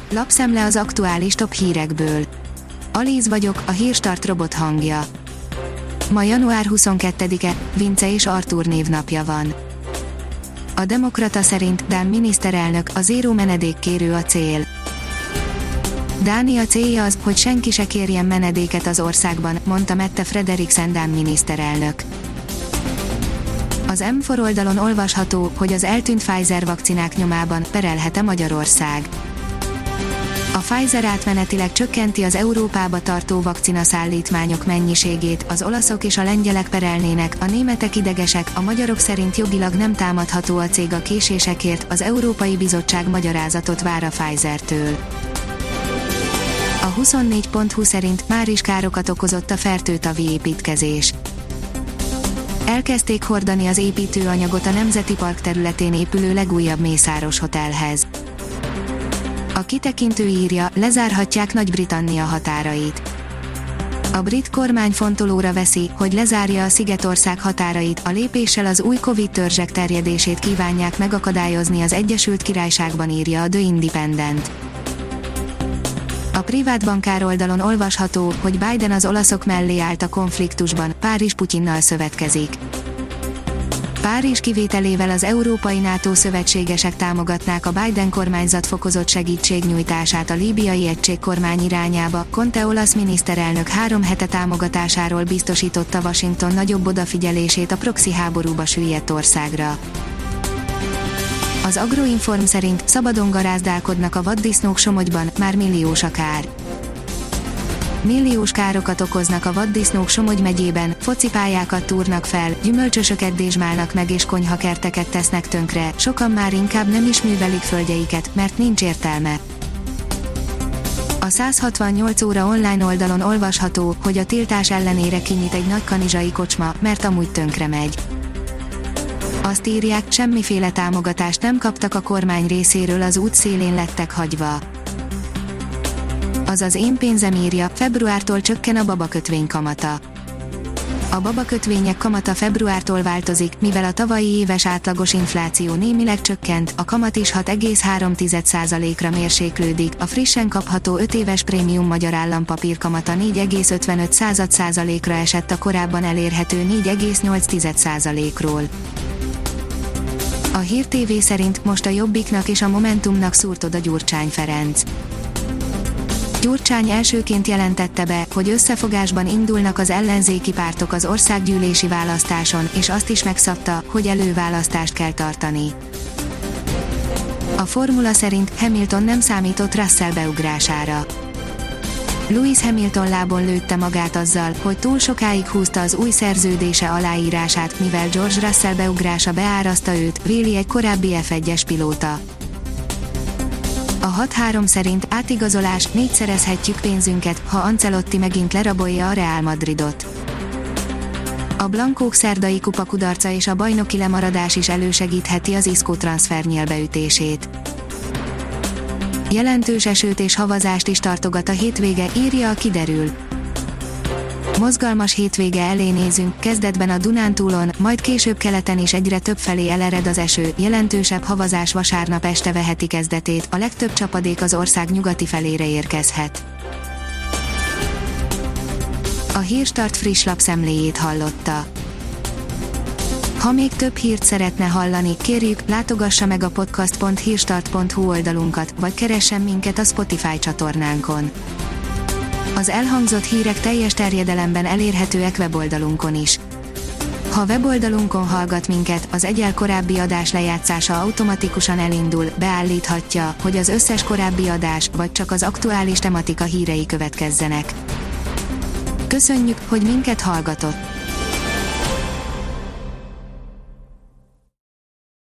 Lapszemle az aktuális top hírekből. Alíz vagyok, a Hírstart robot hangja. Ma január 22-e, Vince és Artúr névnapja van. A Demokrata szerint Dán miniszterelnök, a zéró menedékkérő a cél. Dánia célja az, hogy senki se kérjen menedéket az országban, mondta Mette Frederiksen Dán miniszterelnök. Az M4 oldalon olvasható, hogy az eltűnt Pfizer vakcinák nyomában perelhet-e Magyarország. A Pfizer átmenetileg csökkenti az Európába tartó vakcinaszállítmányok mennyiségét, az olaszok és a lengyelek perelnének, a németek idegesek, a magyarok szerint jogilag nem támadható a cég a késésekért, az Európai Bizottság magyarázatot vár a Pfizertől. A 24.hu szerint már is károkat okozott a fertőtavi építkezés. Elkezdték hordani az építőanyagot a Nemzeti Park területén épülő legújabb Mészáros Hotelhez. A kitekintő írja, lezárhatják Nagy-Britannia határait. A brit kormány fontolóra veszi, hogy lezárja a Szigetország határait, a lépéssel az új Covid törzsek terjedését kívánják megakadályozni az Egyesült Királyságban, írja a The Independent. A privát bankár oldalon olvasható, hogy Biden az olaszok mellé állt a konfliktusban, Párizs Putyinnal szövetkezik. Párizs kivételével az európai NATO szövetségesek támogatnák a Biden kormányzat fokozott segítségnyújtását a líbiai egységkormány irányába. Conte olasz miniszterelnök 3 hete támogatásáról biztosította Washington nagyobb odafigyelését a proxy háborúba süllyedt országra. Az Agroinform szerint szabadon garázdálkodnak a vaddisznók Somogyban, már milliós a kár. Milliós károkat okoznak a vaddisznók Somogy megyében, focipályákat túrnak fel, gyümölcsösöket dézsmálnak meg és konyhakerteket tesznek tönkre, sokan már inkább nem is művelik földjeiket, mert nincs értelme. A 168 óra online oldalon olvasható, hogy a tiltás ellenére kinyit egy nagykanizsai kocsma, mert amúgy tönkre megy. Azt írják, semmiféle támogatást nem kaptak a kormány részéről, az út szélén lettek hagyva. Az én pénzem írja, februártól csökken a babakötvény kamata. A babakötvények kamata februártól változik, mivel a tavalyi éves átlagos infláció némileg csökkent, a kamat is 6,3%-ra mérséklődik, a frissen kapható 5 éves prémium magyar állampapír kamata 4,55%-ra esett a korábban elérhető 4,8%-ról. A Hír TV szerint most a Jobbiknak és a Momentumnak szúrt oda Gyurcsány Ferenc. Gyurcsány elsőként jelentette be, hogy összefogásban indulnak az ellenzéki pártok az országgyűlési választáson, és azt is megszabta, hogy előválasztást kell tartani. A formula szerint Hamilton nem számított Russell beugrására. Lewis Hamilton lábon lőtte magát azzal, hogy túl sokáig húzta az új szerződése aláírását, mivel George Russell beugrása beáraszta őt, véli egy korábbi F1-es pilóta. A 6-3 szerint átigazolás, 4-szerezhetjük pénzünket, ha Ancelotti megint lerabolja a Real Madridot. A blankók szerdai kupakudarca és a bajnoki lemaradás is elősegítheti az Isco transfer nyílbeütését. Jelentős esőt és havazást is tartogat a hétvége, írja a Kiderül. Mozgalmas hétvége elé nézünk, kezdetben a Dunántúlon, majd később keleten is egyre több felé elered az eső, jelentősebb havazás vasárnap este veheti kezdetét, a legtöbb csapadék az ország nyugati felére érkezhet. A Hírstart friss lapszemléjét hallotta. Ha még több hírt szeretne hallani, kérjük, látogassa meg a podcast.hírstart.hu oldalunkat, vagy keressen minket a Spotify csatornánkon. Az elhangzott hírek teljes terjedelemben elérhetőek weboldalunkon is. Ha weboldalunkon hallgat minket, az egyel korábbi adás lejátszása automatikusan elindul, beállíthatja, hogy az összes korábbi adás, vagy csak az aktuális tematika hírei következzenek. Köszönjük, hogy minket hallgatott!